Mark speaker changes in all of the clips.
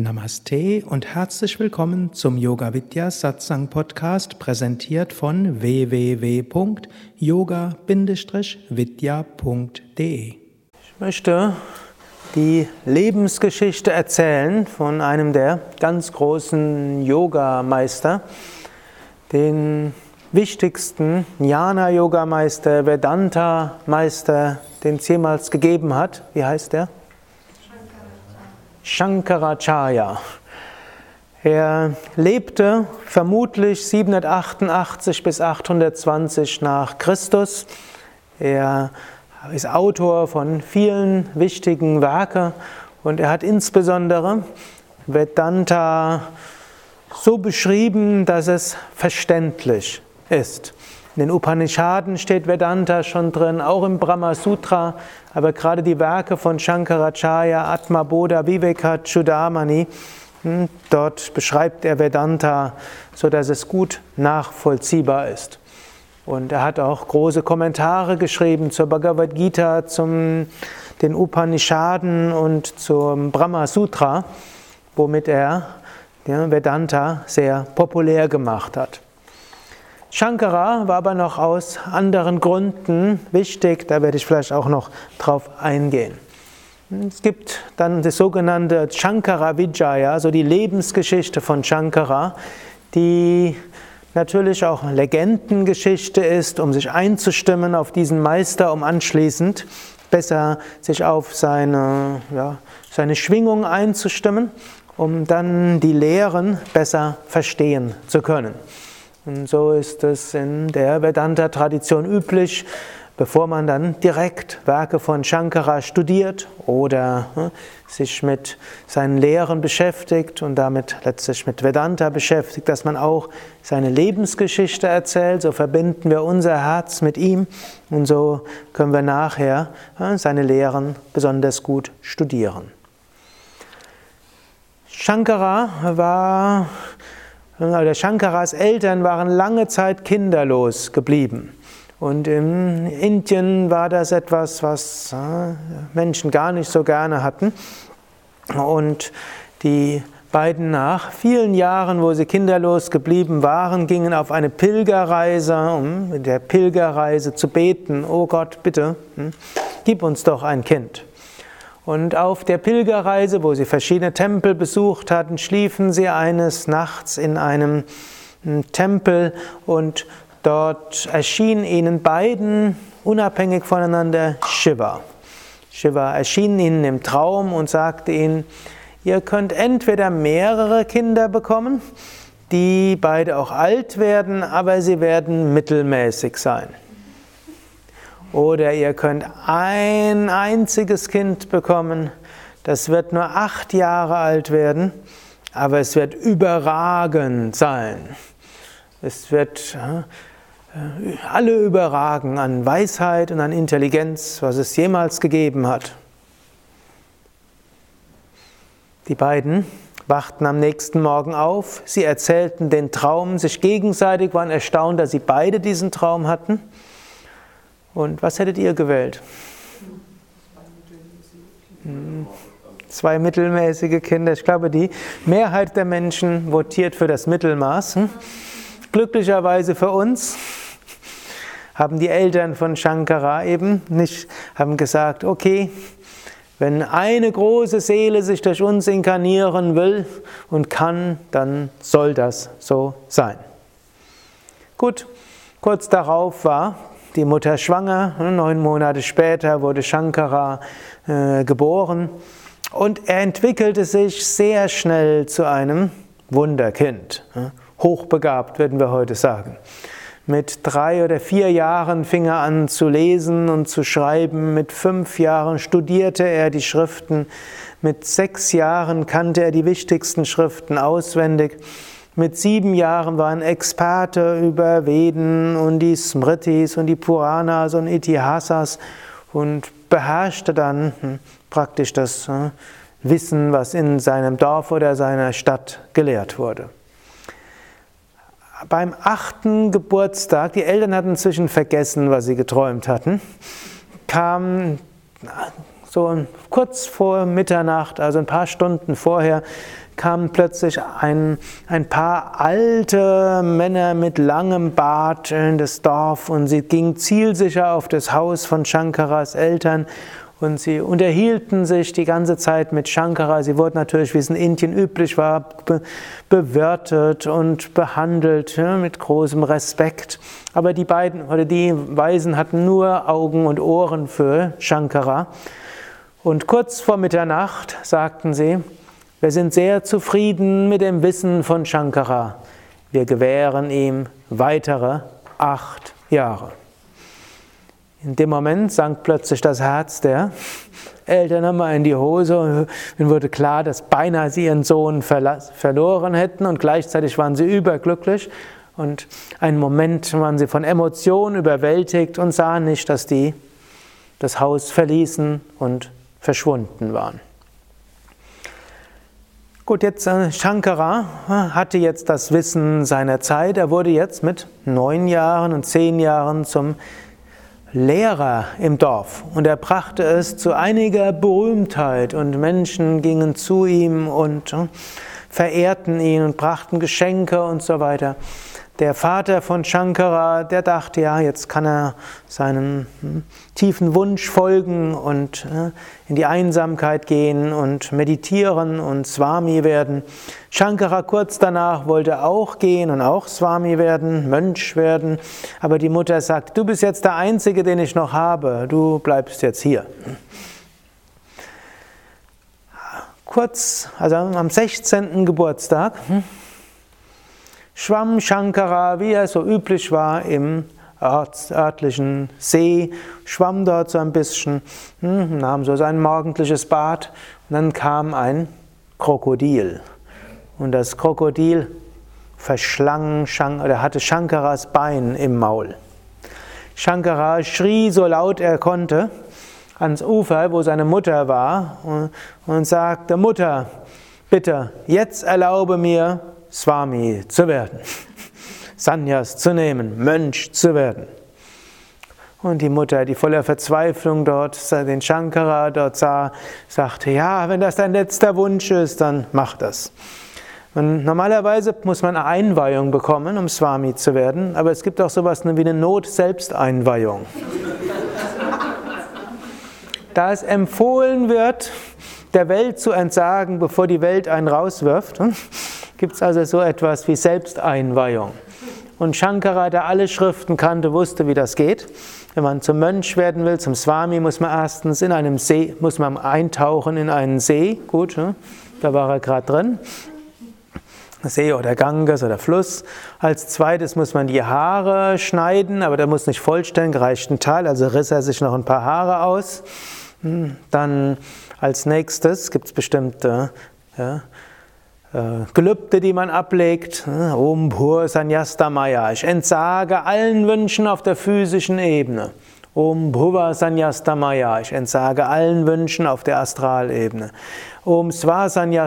Speaker 1: Namaste und herzlich willkommen zum Yoga Vidya Satsang Podcast, präsentiert von www.yoga-vidya.de.
Speaker 2: Ich möchte die Lebensgeschichte erzählen von einem der ganz großen Yogameister, den wichtigsten Jnana-Yogameister, Vedanta-Meister, den es jemals gegeben hat. Wie heißt der? Shankaracharya. Er lebte vermutlich 788 bis 820 nach Christus. Er ist Autor von vielen wichtigen Werken und er hat insbesondere Vedanta so beschrieben, dass es verständlich ist. In den Upanishaden steht Vedanta schon drin, auch im Brahma Sutra, aber gerade die Werke von Shankaracharya, Atma Bodha Viveka Chudamani, dort beschreibt er Vedanta, so dass es gut nachvollziehbar ist. Und er hat auch große Kommentare geschrieben zur Bhagavad Gita, den Upanishaden und zum Brahma Sutra, womit er Vedanta sehr populär gemacht hat. Shankara war aber noch aus anderen Gründen wichtig, da werde ich vielleicht auch noch drauf eingehen. Es gibt dann das sogenannte Shankara Vijaya, also die Lebensgeschichte von Shankara, die natürlich auch Legendengeschichte ist, um sich einzustimmen auf diesen Meister, um anschließend besser sich auf seine Schwingung einzustimmen, um dann die Lehren besser verstehen zu können. Und so ist es in der Vedanta-Tradition üblich, bevor man dann direkt Werke von Shankara studiert oder sich mit seinen Lehren beschäftigt und damit letztlich mit Vedanta beschäftigt, dass man auch seine Lebensgeschichte erzählt. So verbinden wir unser Herz mit ihm und so können wir nachher seine Lehren besonders gut studieren. Shankaras Eltern waren lange Zeit kinderlos geblieben. Und in Indien war das etwas, was Menschen gar nicht so gerne hatten. Und die beiden nach vielen Jahren, wo sie kinderlos geblieben waren, gingen auf eine Pilgerreise, um mit der Pilgerreise zu beten: Oh Gott, bitte, gib uns doch ein Kind. Und auf der Pilgerreise, wo sie verschiedene Tempel besucht hatten, schliefen sie eines Nachts in einem Tempel und dort erschien ihnen beiden unabhängig voneinander Shiva. Shiva erschien ihnen im Traum und sagte ihnen: Ihr könnt entweder mehrere Kinder bekommen, die beide auch alt werden, aber sie werden mittelmäßig sein. Oder ihr könnt ein einziges Kind bekommen, das wird nur 8 Jahre alt werden, aber es wird überragend sein. Es wird alle überragen an Weisheit und an Intelligenz, was es jemals gegeben hat. Die beiden wachten am nächsten Morgen auf, sie erzählten den Traum sich gegenseitig, waren erstaunt, dass sie beide diesen Traum hatten. Und was hättet ihr gewählt? 2 mittelmäßige Kinder. Ich glaube, die Mehrheit der Menschen votiert für das Mittelmaß. Glücklicherweise für uns haben die Eltern von Shankara haben gesagt: Okay, wenn eine große Seele sich durch uns inkarnieren will und kann, dann soll das so sein. Gut, kurz darauf war die Mutter schwanger, 9 Monate später wurde Shankara geboren und er entwickelte sich sehr schnell zu einem Wunderkind. Hochbegabt, würden wir heute sagen. Mit 3 oder 4 Jahren fing er an zu lesen und zu schreiben, mit 5 Jahren studierte er die Schriften, mit 6 Jahren kannte er die wichtigsten Schriften auswendig. Mit 7 Jahren war er ein Experte über Veden und die Smritis und die Puranas und Itihasas und beherrschte dann praktisch das Wissen, was in seinem Dorf oder seiner Stadt gelehrt wurde. Beim 8. Geburtstag, die Eltern hatten inzwischen vergessen, was sie geträumt hatten, kam so kurz vor Mitternacht, also ein paar Stunden vorher, kamen plötzlich ein paar alte Männer mit langem Bart in das Dorf und sie gingen zielsicher auf das Haus von Shankaras Eltern und sie unterhielten sich die ganze Zeit mit Shankara. Sie wurden natürlich, wie es in Indien üblich war, bewirtet und behandelt, ja, mit großem Respekt. Aber die Weisen hatten nur Augen und Ohren für Shankara. Und kurz vor Mitternacht sagten sie: Wir sind sehr zufrieden mit dem Wissen von Shankara. Wir gewähren ihm weitere 8 Jahre. In dem Moment sank plötzlich das Herz der Eltern einmal in die Hose und ihnen wurde klar, dass beinahe sie ihren Sohn verloren hätten und gleichzeitig waren sie überglücklich und einen Moment waren sie von Emotionen überwältigt und sahen nicht, dass die das Haus verließen und verschwunden waren. Gut, jetzt Shankara hatte jetzt das Wissen seiner Zeit. Er wurde jetzt mit 9 Jahren und 10 Jahren zum Lehrer im Dorf und er brachte es zu einiger Berühmtheit und Menschen gingen zu ihm und verehrten ihn und brachten Geschenke und so weiter. Der Vater von Shankara, der dachte, ja, jetzt kann er seinem tiefen Wunsch folgen und in die Einsamkeit gehen und meditieren und Swami werden. Shankara kurz danach wollte auch gehen und auch Swami werden, Mönch werden, aber die Mutter sagt: Du bist jetzt der Einzige, den ich noch habe, du bleibst jetzt hier. Also am 16. Geburtstag schwamm Shankara, wie er so üblich war, im örtlichen See, schwamm dort so ein bisschen, nahm so sein morgendliches Bad und dann kam ein Krokodil. Und das Krokodil hatte Shankaras Bein im Maul. Shankara schrie so laut er konnte ans Ufer, wo seine Mutter war, und sagte: Mutter, bitte, jetzt erlaube mir, Swami zu werden, Sannyas zu nehmen, Mönch zu werden. Und die Mutter, die voller Verzweiflung dort den Shankara dort sah, sagte: Ja, wenn das dein letzter Wunsch ist, dann mach das. Und normalerweise muss man eine Einweihung bekommen, um Swami zu werden, aber es gibt auch sowas wie eine Not-Selbsteinweihung. Da es empfohlen wird, der Welt zu entsagen, bevor die Welt einen rauswirft, gibt es also so etwas wie Selbsteinweihung. Und Shankara, der alle Schriften kannte, wusste, wie das geht. Wenn man zum Mönch werden will, zum Swami, muss man erstens in einem See, muss man eintauchen in einen See. Gut, da war er gerade drin. See oder Ganges oder Fluss. Als zweites muss man die Haare schneiden, aber der muss nicht vollständig, reicht ein Teil, also riss er sich noch ein paar Haare aus. Dann als nächstes gibt es bestimmte Gelübde, die man ablegt. Om Bhur Sanyastamaya. Ich entsage allen Wünschen auf der physischen Ebene. Om Bhuva Sanyastamaya. Ich entsage allen Wünschen auf der Astralebene. Om Sva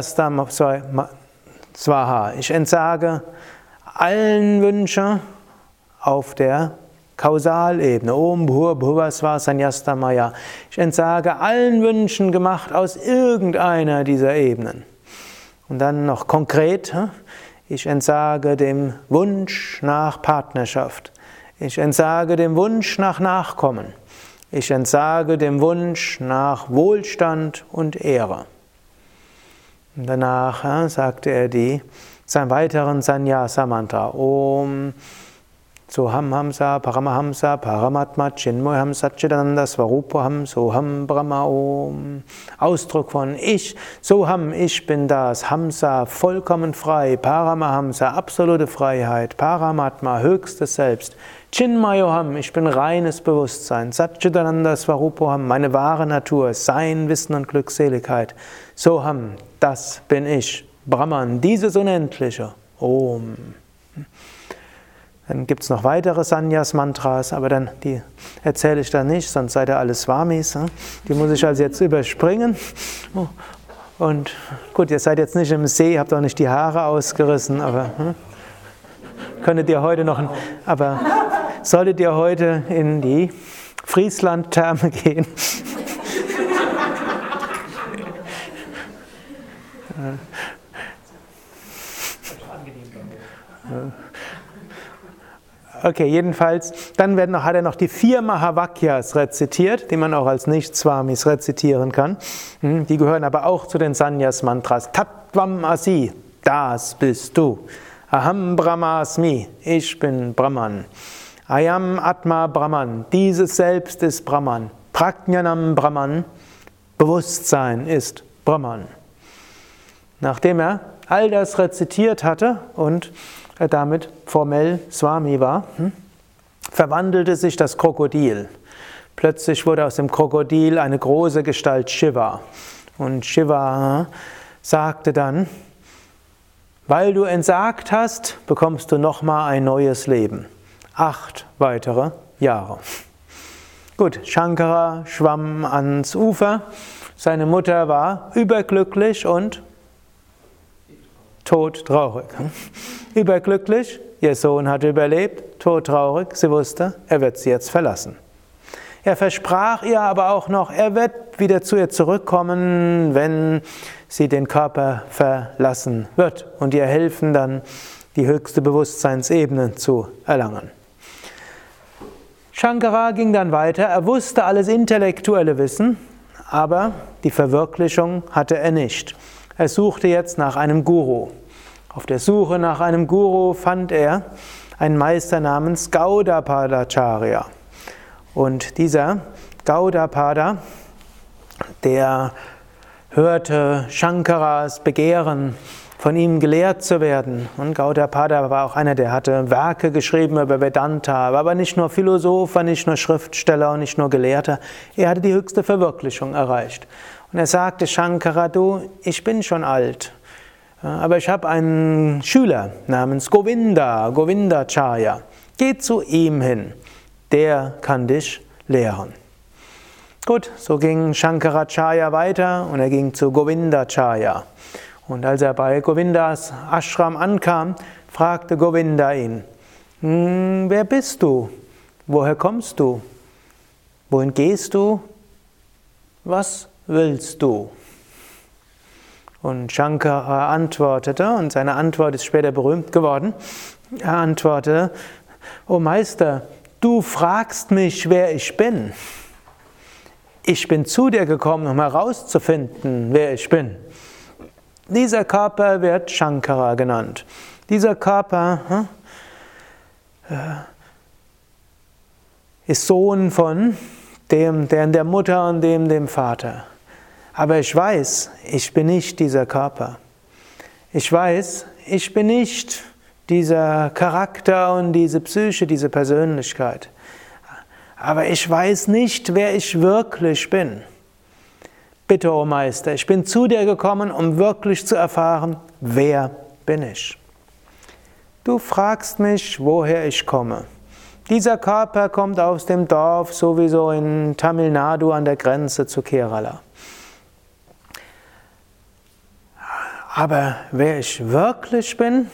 Speaker 2: Swaha. Ich entsage allen Wünschen auf der Kausalebene. Om Bhur Bhuva Sva Sanyastamaya. Ich entsage allen Wünschen gemacht aus irgendeiner dieser Ebenen. Und dann noch konkret, ich entsage dem Wunsch nach Partnerschaft. Ich entsage dem Wunsch nach Nachkommen. Ich entsage dem Wunsch nach Wohlstand und Ehre. Und danach sagte er sein weiteren Sannyasa-Mantra. Om Soham Hamsa Paramahamsa Paramatma Chinmoyam Satchidananda Svarupaham Soham Brahma Om. Ausdruck von Ich, Soham, ich bin das, Hamsa, vollkommen frei, Paramahamsa, absolute Freiheit, Paramatma, höchstes Selbst, Chinmoyam, ich bin reines Bewusstsein, Satchidananda Svarupaham, meine wahre Natur, Sein, Wissen und Glückseligkeit, Soham, das bin ich, Brahman, dieses Unendliche, Om. Dann gibt es noch weitere Sannyas-Mantras, aber die erzähle ich dann nicht, sonst seid ihr alle Swamis. Die muss ich also jetzt überspringen. Und gut, ihr seid jetzt nicht im See, habt auch nicht die Haare ausgerissen, aber solltet ihr heute in die Friesland-Therme gehen, Okay, jedenfalls, dann hat er noch die 4 Mahavakyas rezitiert, die man auch als Nicht-Swamis rezitieren kann. Die gehören aber auch zu den Sannyas-Mantras. Tattvam Asi, das bist du. Aham Brahmasmi, ich bin Brahman. Ayam Atma Brahman, dieses Selbst ist Brahman. Prajnanam Brahman, Bewusstsein ist Brahman. Nachdem er all das rezitiert hatte und er damit formell Swami war, verwandelte sich das Krokodil. Plötzlich wurde aus dem Krokodil eine große Gestalt Shiva. Und Shiva sagte dann: Weil du entsagt hast, bekommst du nochmal ein neues Leben. 8 weitere Jahre. Gut, Shankara schwamm ans Ufer. Seine Mutter war überglücklich und todtraurig. Überglücklich, ihr Sohn hatte überlebt, todtraurig, sie wusste, er wird sie jetzt verlassen. Er versprach ihr aber auch noch, er wird wieder zu ihr zurückkommen, wenn sie den Körper verlassen wird und ihr helfen, dann die höchste Bewusstseinsebene zu erlangen. Shankara ging dann weiter, er wusste alles intellektuelle Wissen, aber die Verwirklichung hatte er nicht. Er suchte jetzt nach einem Guru. Auf der Suche nach einem Guru fand er einen Meister namens Gaudapadacharya. Und dieser Gaudapada, der hörte Shankaras Begehren, von ihm gelehrt zu werden. Und Gaudapada war auch einer, der hatte Werke geschrieben über Vedanta, war aber nicht nur Philosoph, war nicht nur Schriftsteller und nicht nur Gelehrter. Er hatte die höchste Verwirklichung erreicht. Und er sagte Shankara: Du, ich bin schon alt, aber ich habe einen Schüler namens Govindacharya. Geh zu ihm hin, der kann dich lehren. Gut, so ging Shankaracharya weiter und er ging zu Govindacharya. Und als er bei Govindas Ashram ankam, fragte Govinda ihn: Wer bist du? Woher kommst du? Wohin gehst du? Was willst du? Und Shankara antwortete, und seine Antwort ist später berühmt geworden, er antwortete: O Meister, du fragst mich, wer ich bin. Ich bin zu dir gekommen, um herauszufinden, wer ich bin. Dieser Körper wird Shankara genannt. Dieser Körper ist Sohn von der Mutter und dem Vater. Aber ich weiß, ich bin nicht dieser Körper. Ich weiß, ich bin nicht dieser Charakter und diese Psyche, diese Persönlichkeit. Aber ich weiß nicht, wer ich wirklich bin. Bitte, o Meister, ich bin zu dir gekommen, um wirklich zu erfahren, wer bin ich. Du fragst mich, woher ich komme. Dieser Körper kommt aus dem Dorf, sowieso in Tamil Nadu an der Grenze zu Kerala. Aber wer ich wirklich bin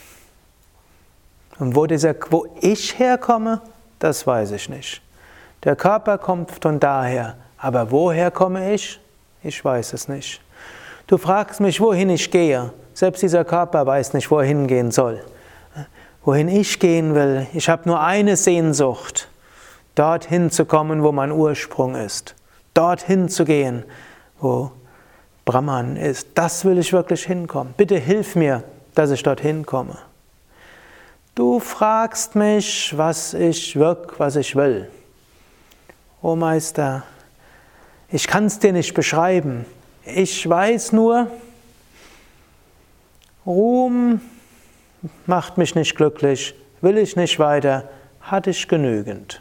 Speaker 2: und wo ich herkomme, das weiß ich nicht. Der Körper kommt von daher, aber woher komme ich? Ich weiß es nicht. Du fragst mich, wohin ich gehe. Selbst dieser Körper weiß nicht, wo er hingehen soll. Wohin ich gehen will, ich habe nur eine Sehnsucht, dorthin zu kommen, wo mein Ursprung ist. Dorthin zu gehen, wo Brahman ist. Das will ich wirklich hinkommen. Bitte hilf mir, dass ich dorthin komme. Du fragst mich, was ich will. O Meister, ich kann es dir nicht beschreiben. Ich weiß nur, Ruhm macht mich nicht glücklich, will ich nicht weiter, hatte ich genügend.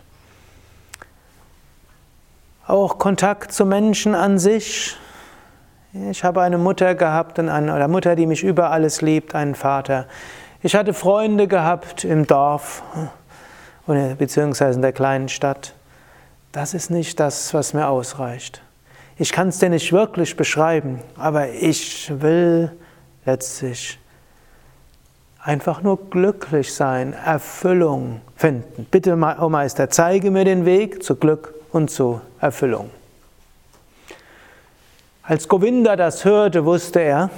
Speaker 2: Auch Kontakt zu Menschen an sich. Ich habe eine Mutter gehabt, eine Mutter, die mich über alles liebt, einen Vater. Ich hatte Freunde gehabt im Dorf, beziehungsweise in der kleinen Stadt. Das ist nicht das, was mir ausreicht. Ich kann es dir nicht wirklich beschreiben, aber ich will letztlich einfach nur glücklich sein, Erfüllung finden. Bitte, o Meister, zeige mir den Weg zu Glück und zu Erfüllung. Als Govinda das hörte, wusste er,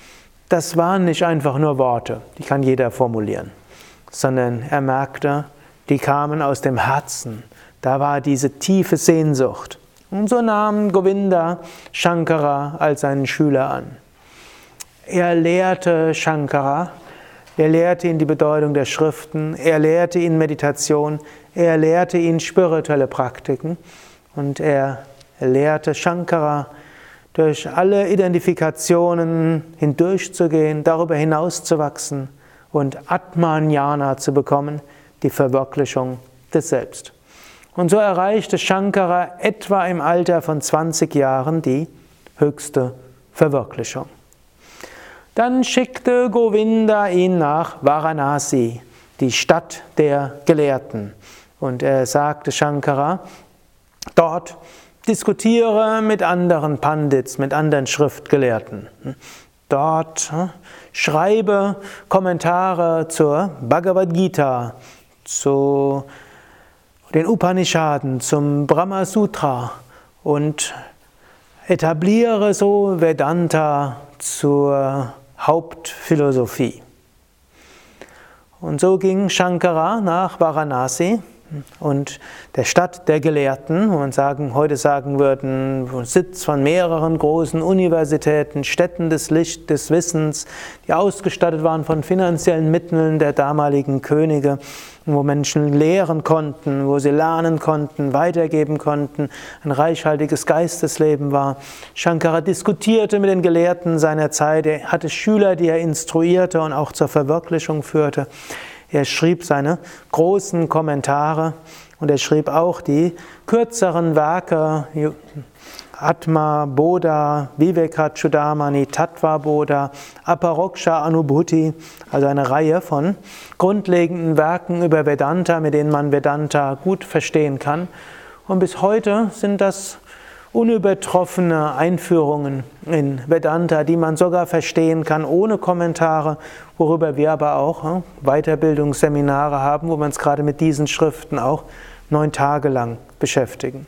Speaker 2: das waren nicht einfach nur Worte, die kann jeder formulieren, sondern er merkte, die kamen aus dem Herzen. Da war diese tiefe Sehnsucht. Und so nahm Govinda Shankara als seinen Schüler an. Er lehrte Shankara, er lehrte ihn die Bedeutung der Schriften, er lehrte ihn Meditation, er lehrte ihn spirituelle Praktiken und er lehrte Shankara, durch alle Identifikationen hindurchzugehen, darüber hinauszuwachsen und Atmajnana zu bekommen, die Verwirklichung des Selbst. Und so erreichte Shankara etwa im Alter von 20 Jahren die höchste Verwirklichung. Dann schickte Govinda ihn nach Varanasi, die Stadt der Gelehrten. Und er sagte Shankara, dort diskutiere mit anderen Pandits, mit anderen Schriftgelehrten. Dort schreibe Kommentare zur Bhagavad Gita, zu den Upanishaden, zum Brahma Sutra und etabliere so Vedanta zur Hauptphilosophie. Und so ging Shankara nach Varanasi und der Stadt der Gelehrten, wo man heute sagen würden, Sitz von mehreren großen Universitäten, Städten des Lichts, des Wissens, die ausgestattet waren von finanziellen Mitteln der damaligen Könige, wo Menschen lehren konnten, wo sie lernen konnten, weitergeben konnten, ein reichhaltiges Geistesleben war. Shankara diskutierte mit den Gelehrten seiner Zeit, er hatte Schüler, die er instruierte und auch zur Verwirklichung führte. Er schrieb seine großen Kommentare und er schrieb auch die kürzeren Werke, Atma Bodha, Vivekachudamani, Tattva Bodha, Aparoksha Anubhuti, also eine Reihe von grundlegenden Werken über Vedanta, mit denen man Vedanta gut verstehen kann. Und bis heute sind das unübertroffene Einführungen in Vedanta, die man sogar verstehen kann ohne Kommentare, worüber wir aber auch Weiterbildungsseminare haben, wo wir uns gerade mit diesen Schriften auch 9 Tage lang beschäftigen.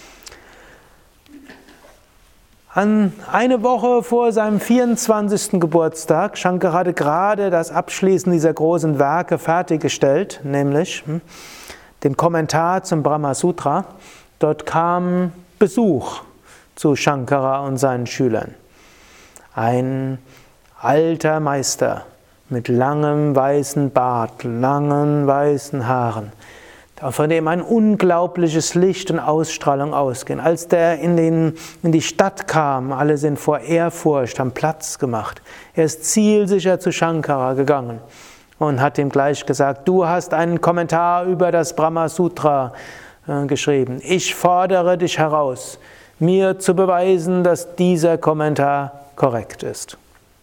Speaker 2: Eine Woche vor seinem 24. Geburtstag, Shankara hatte gerade das Abschließen dieser großen Werke fertiggestellt, nämlich den Kommentar zum Brahma Sutra. Dort kam Besuch zu Shankara und seinen Schülern. Ein alter Meister mit langem weißen Bart, langen weißen Haaren, von dem ein unglaubliches Licht und Ausstrahlung ausging. Als der in die Stadt kam, alle sind vor Ehrfurcht, haben Platz gemacht. Er ist zielsicher zu Shankara gegangen und hat ihm gleich gesagt, du hast einen Kommentar über das Brahma Sutra geschrieben. Ich fordere dich heraus, mir zu beweisen, dass dieser Kommentar korrekt ist.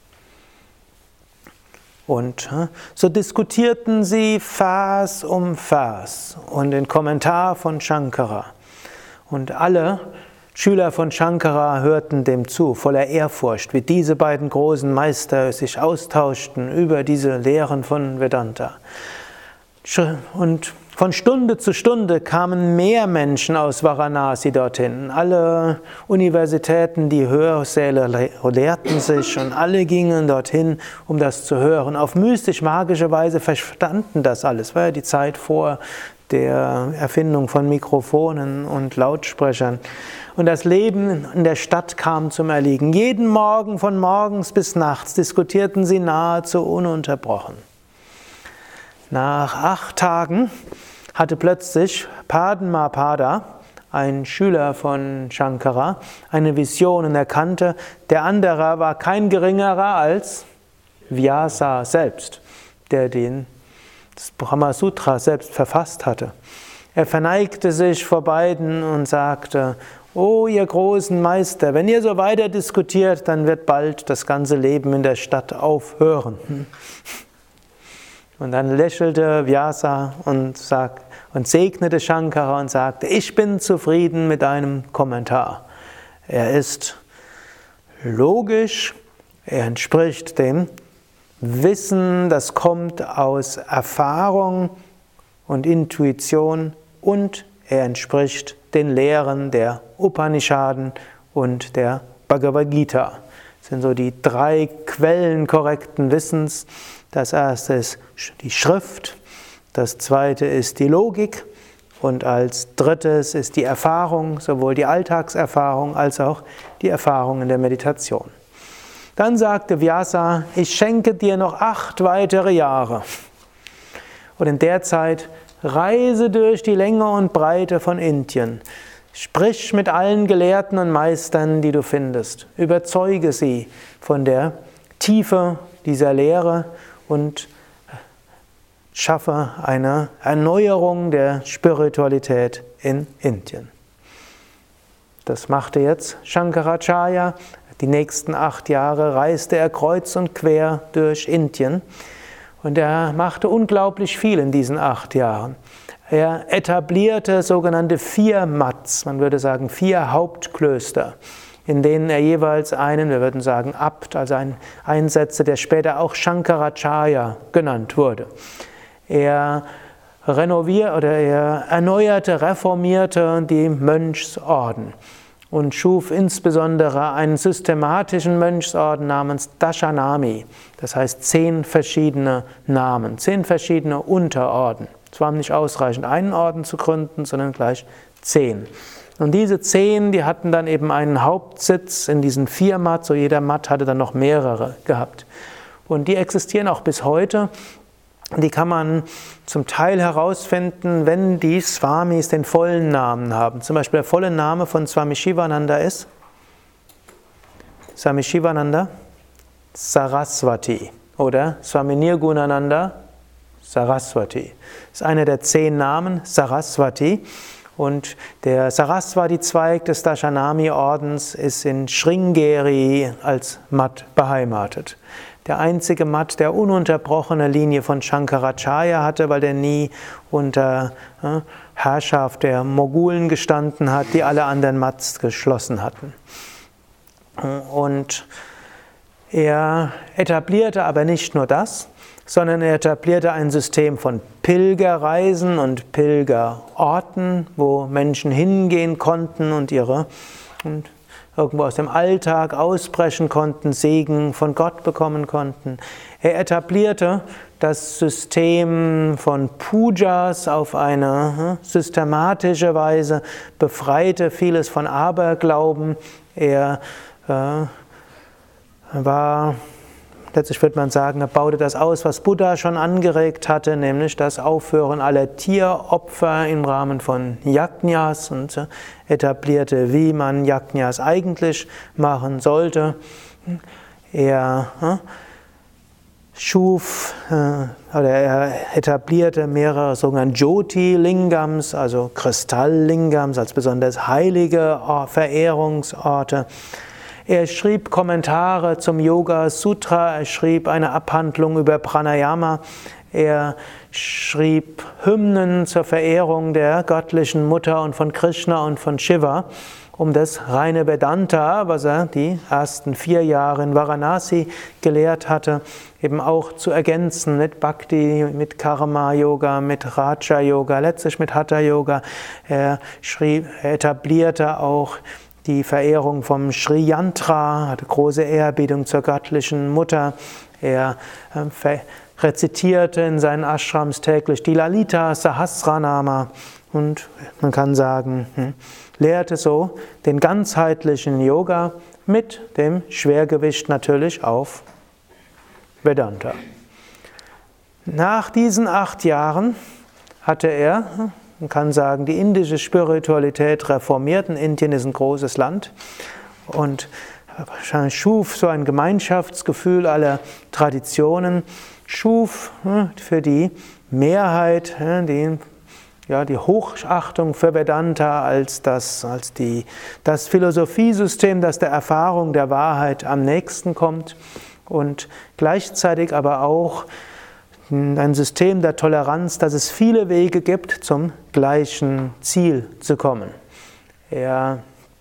Speaker 2: Und so diskutierten sie Vers um Vers und den Kommentar von Shankara. Und alle Schüler von Shankara hörten dem zu, voller Ehrfurcht, wie diese beiden großen Meister sich austauschten über diese Lehren von Vedanta. Und von Stunde zu Stunde kamen mehr Menschen aus Varanasi dorthin. Alle Universitäten, die Hörsäle leerten sich und alle gingen dorthin, um das zu hören. Auf mystisch-magische Weise verstanden das alles. War ja die Zeit vor der Erfindung von Mikrofonen und Lautsprechern. Und das Leben in der Stadt kam zum Erliegen. Jeden Morgen, von morgens bis nachts, diskutierten sie nahezu ununterbrochen. Nach 8 Tagen hatte plötzlich Padmapada, ein Schüler von Shankara, eine Vision und erkannte, der andere war kein geringerer als Vyasa selbst, der das Brahma Sutra selbst verfasst hatte. Er verneigte sich vor beiden und sagte, oh, ihr großen Meister, wenn ihr so weiter diskutiert, dann wird bald das ganze Leben in der Stadt aufhören. Und dann lächelte Vyasa und segnete Shankara und sagte, ich bin zufrieden mit deinem Kommentar. Er ist logisch, er entspricht dem Wissen, das kommt aus Erfahrung und Intuition und er entspricht den Lehren der Upanishaden und der Bhagavad Gita. Das sind so die 3 Quellen korrekten Wissens. Das erste ist die Schrift, Das zweite ist die Logik. Und als drittes ist die Erfahrung, sowohl die Alltagserfahrung als auch die Erfahrung in der Meditation. Dann sagte Vyasa, ich schenke dir noch 8 weitere Jahre. Und in der Zeit reise durch die Länge und Breite von Indien. Sprich mit allen Gelehrten und Meistern, die du findest. Überzeuge sie von der Tiefe dieser Lehre und schaffe eine Erneuerung der Spiritualität in Indien. Das machte jetzt Shankaracharya. Die nächsten 8 Jahre reiste er kreuz und quer durch Indien und er machte unglaublich viel in diesen 8 Jahren. Er etablierte sogenannte 4 Mats, man würde sagen 4 Hauptklöster, in denen er jeweils einen, wir würden sagen Abt, also einen einsetzte, der später auch Shankaracharya genannt wurde. Er erneuerte, reformierte die Mönchsorden und schuf insbesondere einen systematischen Mönchsorden namens Dashanami, das heißt 10 verschiedene Namen, 10 verschiedene Unterorden. Es war nicht ausreichend, einen Orden zu gründen, sondern gleich 10. Und diese 10, die hatten dann eben einen Hauptsitz in diesen 4 Mats, so jeder Mat hatte dann noch mehrere gehabt. Und die existieren auch bis heute. Die kann man zum Teil herausfinden, wenn die Swamis den vollen Namen haben. Zum Beispiel der volle Name von Swami Shivananda ist Swami Shivananda Saraswati oder Swami Nirgunananda Saraswati. Das ist einer der 10 Namen, Saraswati. Und der Saraswati-Zweig des Dashanami-Ordens ist in Sringeri als Mat beheimatet. Der einzige Mat, der ununterbrochene Linie von Shankaracharya hatte, weil der nie unter Herrschaft der Mogulen gestanden hat, die alle anderen Mats geschlossen hatten. Und er etablierte aber nicht nur das, sondern er etablierte ein System von Pilgerreisen und Pilgerorten, wo Menschen hingehen konnten und irgendwo aus dem Alltag ausbrechen konnten, Segen von Gott bekommen konnten. Er etablierte das System von Pujas auf eine systematische Weise, befreite vieles von Aberglauben. Er letztlich würde man sagen, er baute das aus, was Buddha schon angeregt hatte, nämlich das Aufhören aller Tieropfer im Rahmen von Yajnas und etablierte, wie man Yajnas eigentlich machen sollte. Er er etablierte mehrere sogenannte Jyoti-Lingams, also Kristall-Lingams als besonders heilige Verehrungsorte. Er schrieb Kommentare zum Yoga Sutra, er schrieb eine Abhandlung über Pranayama, er schrieb Hymnen zur Verehrung der göttlichen Mutter und von Krishna und von Shiva, um das reine Vedanta, was er die ersten 4 Jahre in Varanasi gelehrt hatte, eben auch zu ergänzen mit Bhakti, mit Karma-Yoga, mit Raja-Yoga, letztlich mit Hatha-Yoga. Er etablierte auch die Verehrung vom Sri Yantra, hatte große Ehrerbietung zur göttlichen Mutter. Er rezitierte in seinen Ashrams täglich die Lalita Sahasranama und man kann sagen, lehrte so den ganzheitlichen Yoga mit dem Schwergewicht natürlich auf Vedanta. Nach diesen 8 Jahren hatte er, man kann sagen, die indische Spiritualität reformiert. Indien ist ein großes Land und schuf so ein Gemeinschaftsgefühl aller Traditionen, schuf für die Mehrheit die Hochachtung für Vedanta als das Philosophiesystem, das der Erfahrung der Wahrheit am nächsten kommt und gleichzeitig aber auch ein System der Toleranz, dass es viele Wege gibt, zum gleichen Ziel zu kommen. Er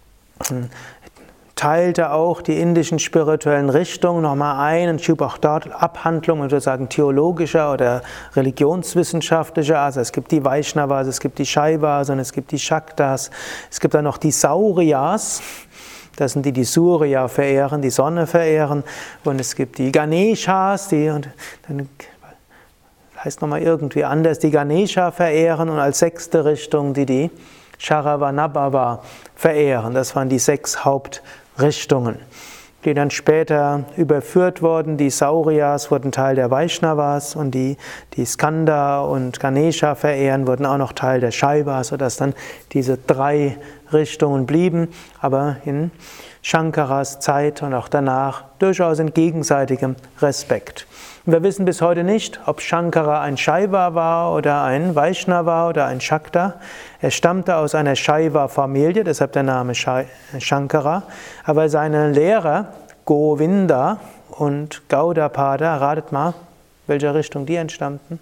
Speaker 2: teilte auch die indischen spirituellen Richtungen nochmal ein und schub auch dort Abhandlungen, sozusagen theologischer oder religionswissenschaftlicher. Also es gibt die Vaishnavas, es gibt die Shaivas und es gibt die Shaktas. Es gibt dann noch die Sauryas. Das sind die Surya verehren, die Sonne verehren. Und es gibt die Ganeshas, die dann heißt nochmal irgendwie anders, die Ganesha verehren, und als sechste Richtung die Sharavanabhava verehren. Das waren die 6 Hauptrichtungen, die dann später überführt wurden. Die Sauryas wurden Teil der Vaishnavas, und die Skanda und Ganesha verehren, wurden auch noch Teil der Shaivas, sodass dann diese 3 Richtungen blieben, aber in Shankaras Zeit und auch danach durchaus in gegenseitigem Respekt. Und wir wissen bis heute nicht, ob Shankara ein Shaiva war oder ein Vaishnava oder ein Shakta. Er stammte aus einer Shaiva-Familie, deshalb der Name Shankara. Aber seine Lehrer Govinda und Gaudapada, ratet mal, welcher Richtung die entstammten?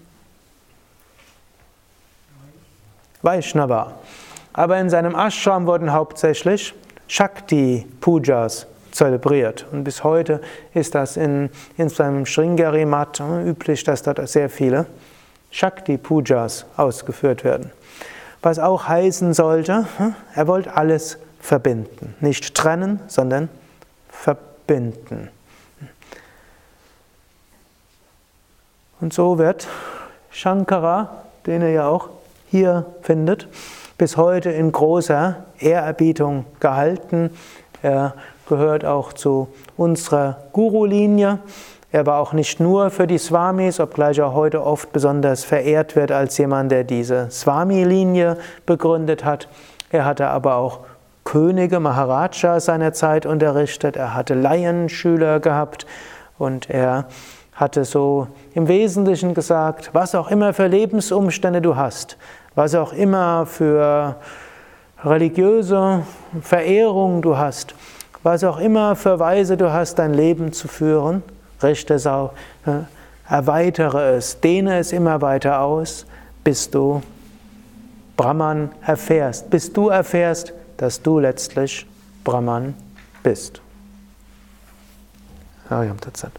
Speaker 2: Vaishnava. Aber in seinem Ashram wurden hauptsächlich Shakti-Pujas zelebriert. Und bis heute ist das in seinem Sringeri-Mat üblich, dass dort sehr viele Shakti-Pujas ausgeführt werden. Was auch heißen sollte, er wollte alles verbinden. Nicht trennen, sondern verbinden. Und so wird Shankara, den ihr ja auch hier findet, bis heute in großer Ehrerbietung gehalten. Er gehört auch zu unserer Guru-Linie. Er war auch nicht nur für die Swamis, obgleich er heute oft besonders verehrt wird als jemand, der diese Swami-Linie begründet hat. Er hatte aber auch Könige, Maharajas seiner Zeit unterrichtet. Er hatte Laienschüler gehabt, und er hatte so im Wesentlichen gesagt, was auch immer für Lebensumstände du hast, was auch immer für religiöse Verehrung du hast, was auch immer für Weise du hast, dein Leben zu führen, richte es auf, erweitere es, dehne es immer weiter aus, bis du Brahman erfährst, bis du erfährst, dass du letztlich Brahman bist. Hariam Tat Sat.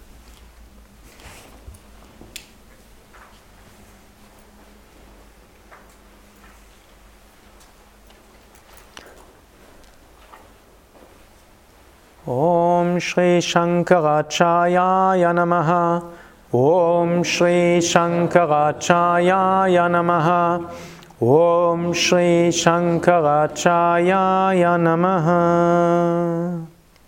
Speaker 2: Om Shri Shankaracharya Namaha. Om Shri Shankaracharya Namaha. Om Shri Shankaracharya Namaha.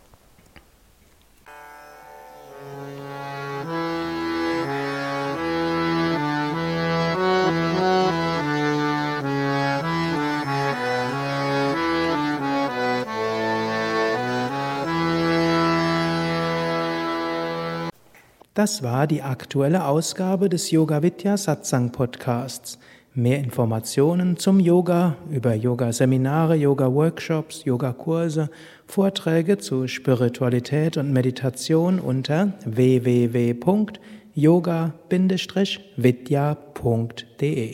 Speaker 1: Das war die aktuelle Ausgabe des Yoga Vidya Satsang Podcasts. Mehr Informationen zum Yoga, über Yoga-Seminare, Yoga-Workshops, Yogakurse, Vorträge zu Spiritualität und Meditation unter www.yoga-vidya.de